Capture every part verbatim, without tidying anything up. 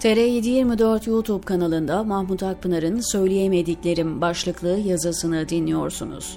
T R yedi yirmi dört YouTube kanalında Mahmut Akpınar'ın Söyleyemediklerim başlıklı yazısını dinliyorsunuz.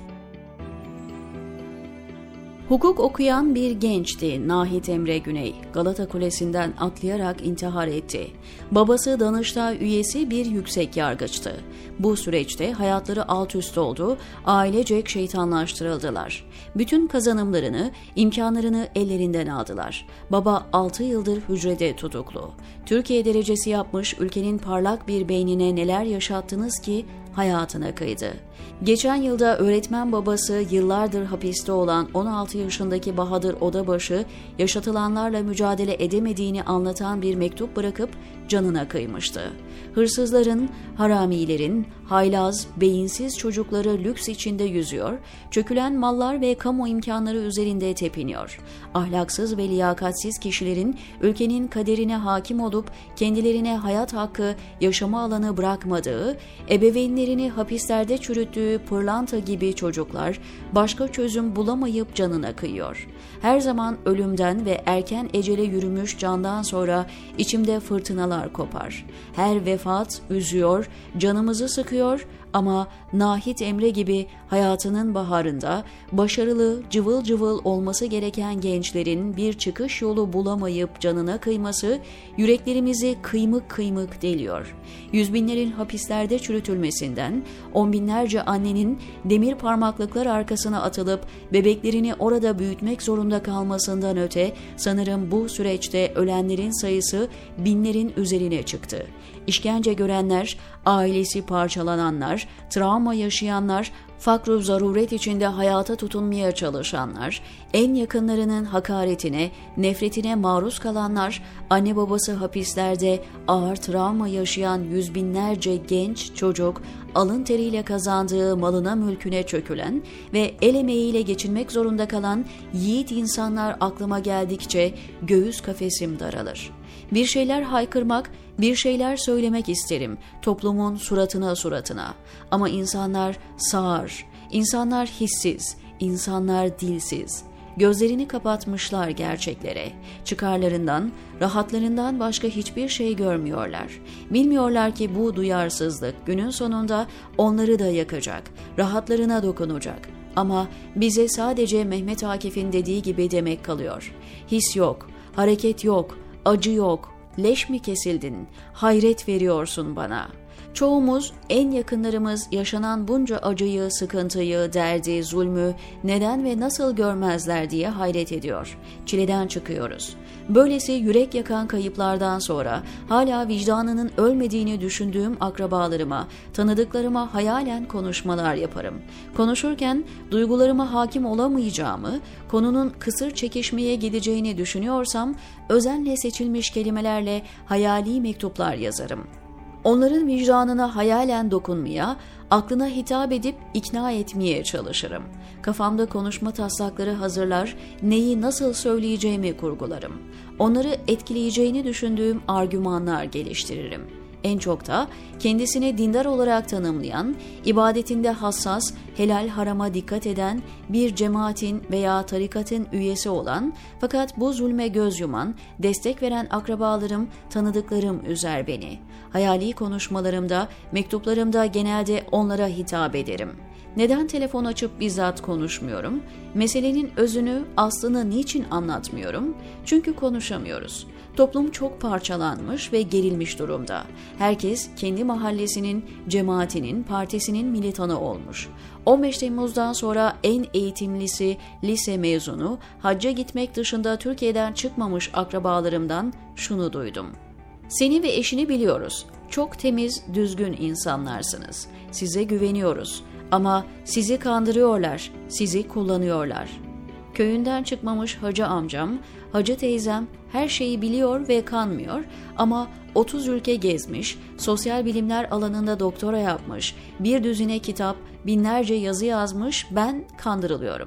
Hukuk okuyan bir gençti Nahit Emre Güney. Galata Kulesi'nden atlayarak intihar etti. Babası Danıştay üyesi bir yüksek yargıçtı. Bu süreçte hayatları alt üst oldu, ailecek şeytanlaştırıldılar. Bütün kazanımlarını, imkanlarını ellerinden aldılar. Baba altı yıldır hücrede tutuklu. Türkiye derecesi yapmış ülkenin parlak bir beynine neler yaşattınız ki hayatına kıydı. Geçen yılda öğretmen babası yıllardır hapiste olan on altı yaşındaki Bahadır Odabaşı yaşatılanlarla mücadele edemediğini anlatan bir mektup bırakıp canına kıymıştı. Hırsızların, haramilerin, haylaz, beyinsiz çocukları lüks içinde yüzüyor, çökülen mallar ve kamu imkanları üzerinde tepiniyor. Ahlaksız ve liyakatsiz kişilerin ülkenin kaderine hakim olup kendilerine hayat hakkı, yaşama alanı bırakmadığı, ebeveynlerini hapislerde çürüttüğü pırlanta gibi çocuklar başka çözüm bulamayıp canına kıyıyor. Her zaman ölümden ve erken ecele yürümüş candan sonra içimde fırtınalar kopar. Her vefat üzüyor, canımızı sıkıyor ama Nahit Emre gibi hayatının baharında başarılı, cıvıl cıvıl olması gereken gençlerin bir çıkış yolu bulamayıp canına kıyması yüreklerimizi kıymık kıymık deliyor. Yüz binlerin hapislerde çürütülmesinden, on binlerce annenin demir parmaklıklar arkasına atılıp bebeklerini orada büyütmek zorunda kalmasından öte sanırım bu süreçte ölenlerin sayısı binlerin üzerine çıktı. İşkence görenler, ailesi parçalananlar, travma yaşayanlar, fakr-ı zaruret içinde hayata tutunmaya çalışanlar, en yakınlarının hakaretine, nefretine maruz kalanlar, anne babası hapislerde ağır travma yaşayan yüz binlerce genç çocuk, alın teriyle kazandığı malına mülküne çökülen ve el emeğiyle geçinmek zorunda kalan yiğit insanlar aklıma geldikçe göğüs kafesim daralır. Bir şeyler haykırmak, bir şeyler söylemek isterim toplumun suratına suratına. Ama insanlar sağır, insanlar hissiz, insanlar dilsiz. Gözlerini kapatmışlar gerçeklere. Çıkarlarından, rahatlarından başka hiçbir şey görmüyorlar. Bilmiyorlar ki bu duyarsızlık günün sonunda onları da yakacak, rahatlarına dokunacak. Ama bize sadece Mehmet Akif'in dediği gibi demek kalıyor. His yok, hareket yok, acı yok, leş mi kesildin, hayret veriyorsun bana. Çoğumuz, en yakınlarımız yaşanan bunca acıyı, sıkıntıyı, derdi, zulmü neden ve nasıl görmezler diye hayret ediyor. Çileden çıkıyoruz. Böylesi yürek yakan kayıplardan sonra hala vicdanının ölmediğini düşündüğüm akrabalarıma, tanıdıklarıma hayalen konuşmalar yaparım. Konuşurken duygularıma hakim olamayacağımı, konunun kısır çekişmeye gideceğini düşünüyorsam özenle seçilmiş kelimelerle hayali mektuplar yazarım. Onların vicdanına hayalen dokunmaya, aklına hitap edip ikna etmeye çalışırım. Kafamda konuşma taslakları hazırlar, neyi nasıl söyleyeceğimi kurgularım. Onları etkileyeceğini düşündüğüm argümanlar geliştiririm. En çok da kendisini dindar olarak tanımlayan, ibadetinde hassas, helal harama dikkat eden bir cemaatin veya tarikatın üyesi olan fakat bu zulme göz yuman, destek veren akrabalarım, tanıdıklarım üzer beni. Hayali konuşmalarımda, mektuplarımda genelde onlara hitap ederim. Neden telefon açıp bizzat konuşmuyorum? Meselenin özünü, aslını niçin anlatmıyorum? Çünkü konuşamıyoruz. Toplum çok parçalanmış ve gerilmiş durumda. Herkes kendi mahallesinin, cemaatinin, partisinin militanı olmuş. on beş Temmuz'dan sonra en eğitimlisi lise mezunu, hacca gitmek dışında Türkiye'den çıkmamış akrabalarımdan şunu duydum. Seni ve eşini biliyoruz. Çok temiz, düzgün insanlarsınız. Size güveniyoruz. Ama sizi kandırıyorlar, sizi kullanıyorlar. Köyünden çıkmamış hacı amcam, hacı teyzem her şeyi biliyor ve kanmıyor ama otuz ülke gezmiş, sosyal bilimler alanında doktora yapmış, bir düzine kitap, binlerce yazı yazmış, ben kandırılıyorum.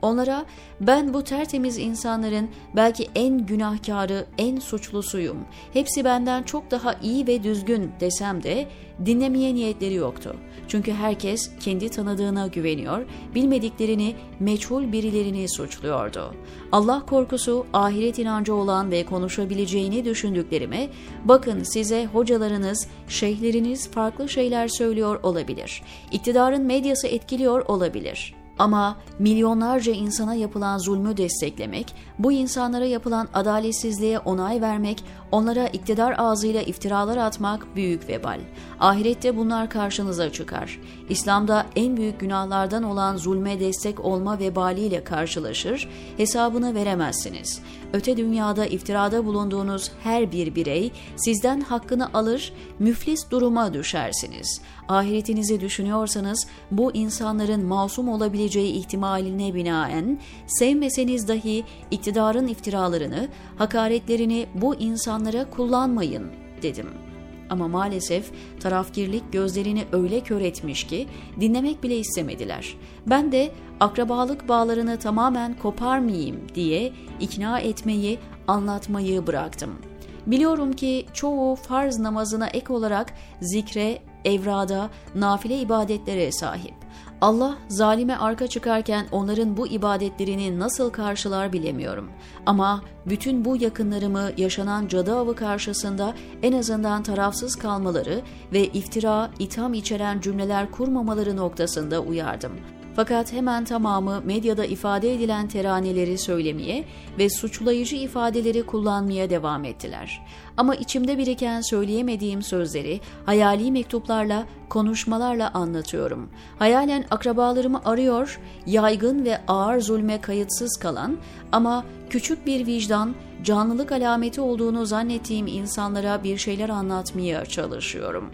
Onlara ben bu tertemiz insanların belki en günahkarı, en suçlusuyum. Hepsi benden çok daha iyi ve düzgün desem de dinlemeye niyetleri yoktu. Çünkü herkes kendi tanıdığına güveniyor, bilmediklerini, meçhul birilerini suçluyordu. Allah korkusu, ahiret inancı olan ve konuşabileceğini düşündüklerime, bakın size hocalarınız, şeyhleriniz farklı şeyler söylüyor olabilir. İktidarın medyası etkiliyor olabilir. Ama milyonlarca insana yapılan zulmü desteklemek, bu insanlara yapılan adaletsizliğe onay vermek, onlara iktidar ağzıyla iftiralar atmak büyük vebal. Ahirette bunlar karşınıza çıkar. İslam'da en büyük günahlardan olan zulme destek olma vebaliyle karşılaşır, hesabını veremezsiniz. Öte dünyada iftirada bulunduğunuz her bir birey sizden hakkını alır, müflis duruma düşersiniz. Ahiretinizi düşünüyorsanız bu insanların masum olabileceği ihtimaline binaen sevmeseniz dahi iktidarın iftiralarını, hakaretlerini bu insanlara kullanmayın dedim. Ama maalesef tarafgirlik gözlerini öyle kör etmiş ki dinlemek bile istemediler. Ben de akrabalık bağlarını tamamen koparmayayım diye ikna etmeyi, anlatmayı bıraktım. Biliyorum ki çoğu farz namazına ek olarak zikre, evrada, nafile ibadetlere sahip. Allah zalime arka çıkarken onların bu ibadetlerini nasıl karşılar bilemiyorum. Ama bütün bu yakınlarımı yaşanan cadı avı karşısında en azından tarafsız kalmaları ve iftira, itham içeren cümleler kurmamaları noktasında uyardım. Fakat hemen tamamı medyada ifade edilen teraneleri söylemeye ve suçlayıcı ifadeleri kullanmaya devam ettiler. Ama içimde biriken söyleyemediğim sözleri hayali mektuplarla, konuşmalarla anlatıyorum. Hayalen akrabalarımı arıyor, yaygın ve ağır zulme kayıtsız kalan ama küçük bir vicdan, canlılık alameti olduğunu zannettiğim insanlara bir şeyler anlatmaya çalışıyorum.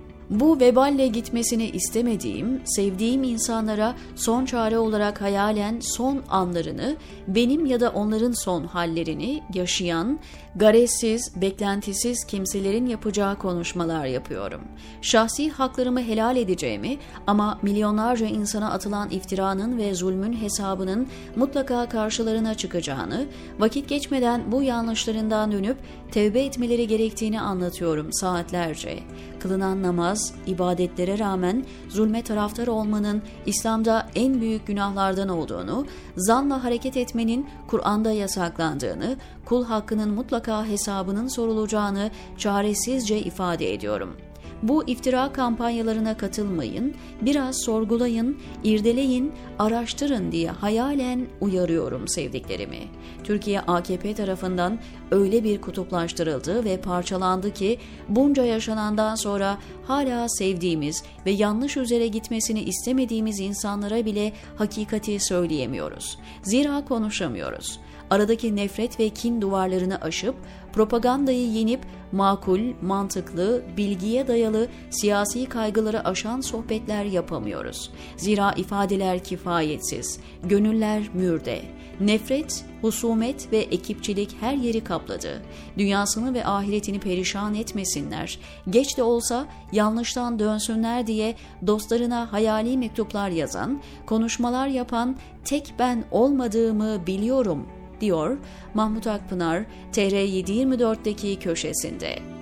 Bu veballe gitmesini istemediğim, sevdiğim insanlara son çare olarak hayalen son anlarını, benim ya da onların son hallerini yaşayan, garezsiz, beklentisiz kimselerin yapacağı konuşmalar yapıyorum. Şahsi haklarımı helal edeceğimi ama milyonlarca insana atılan iftiranın ve zulmün hesabının mutlaka karşılarına çıkacağını, vakit geçmeden bu yanlışlarından dönüp tevbe etmeleri gerektiğini anlatıyorum saatlerce. Kılınan namaz, ibadetlere rağmen zulme taraftar olmanın İslam'da en büyük günahlardan olduğunu, zanla hareket etmenin Kur'an'da yasaklandığını, kul hakkının mutlaka hesabının sorulacağını çaresizce ifade ediyorum. Bu iftira kampanyalarına katılmayın, biraz sorgulayın, irdeleyin, araştırın diye hayalen uyarıyorum sevdiklerimi. Türkiye A K P tarafından öyle bir kutuplaştırıldı ve parçalandı ki bunca yaşanandan sonra hala sevdiğimiz ve yanlış üzere gitmesini istemediğimiz insanlara bile hakikati söyleyemiyoruz. Zira konuşamıyoruz. Aradaki nefret ve kin duvarlarını aşıp, propagandayı yenip, makul, mantıklı, bilgiye dayalı siyasi kaygıları aşan sohbetler yapamıyoruz. Zira ifadeler kifayetsiz, gönüller mürde. Nefret, husumet ve ekipçilik her yeri kapladı. Dünyasını ve ahiretini perişan etmesinler, geç de olsa yanlıştan dönsünler diye dostlarına hayali mektuplar yazan, konuşmalar yapan tek ben olmadığımı biliyorum diyor Mahmut Akpınar T R yedi yirmi dört'teki köşesinde.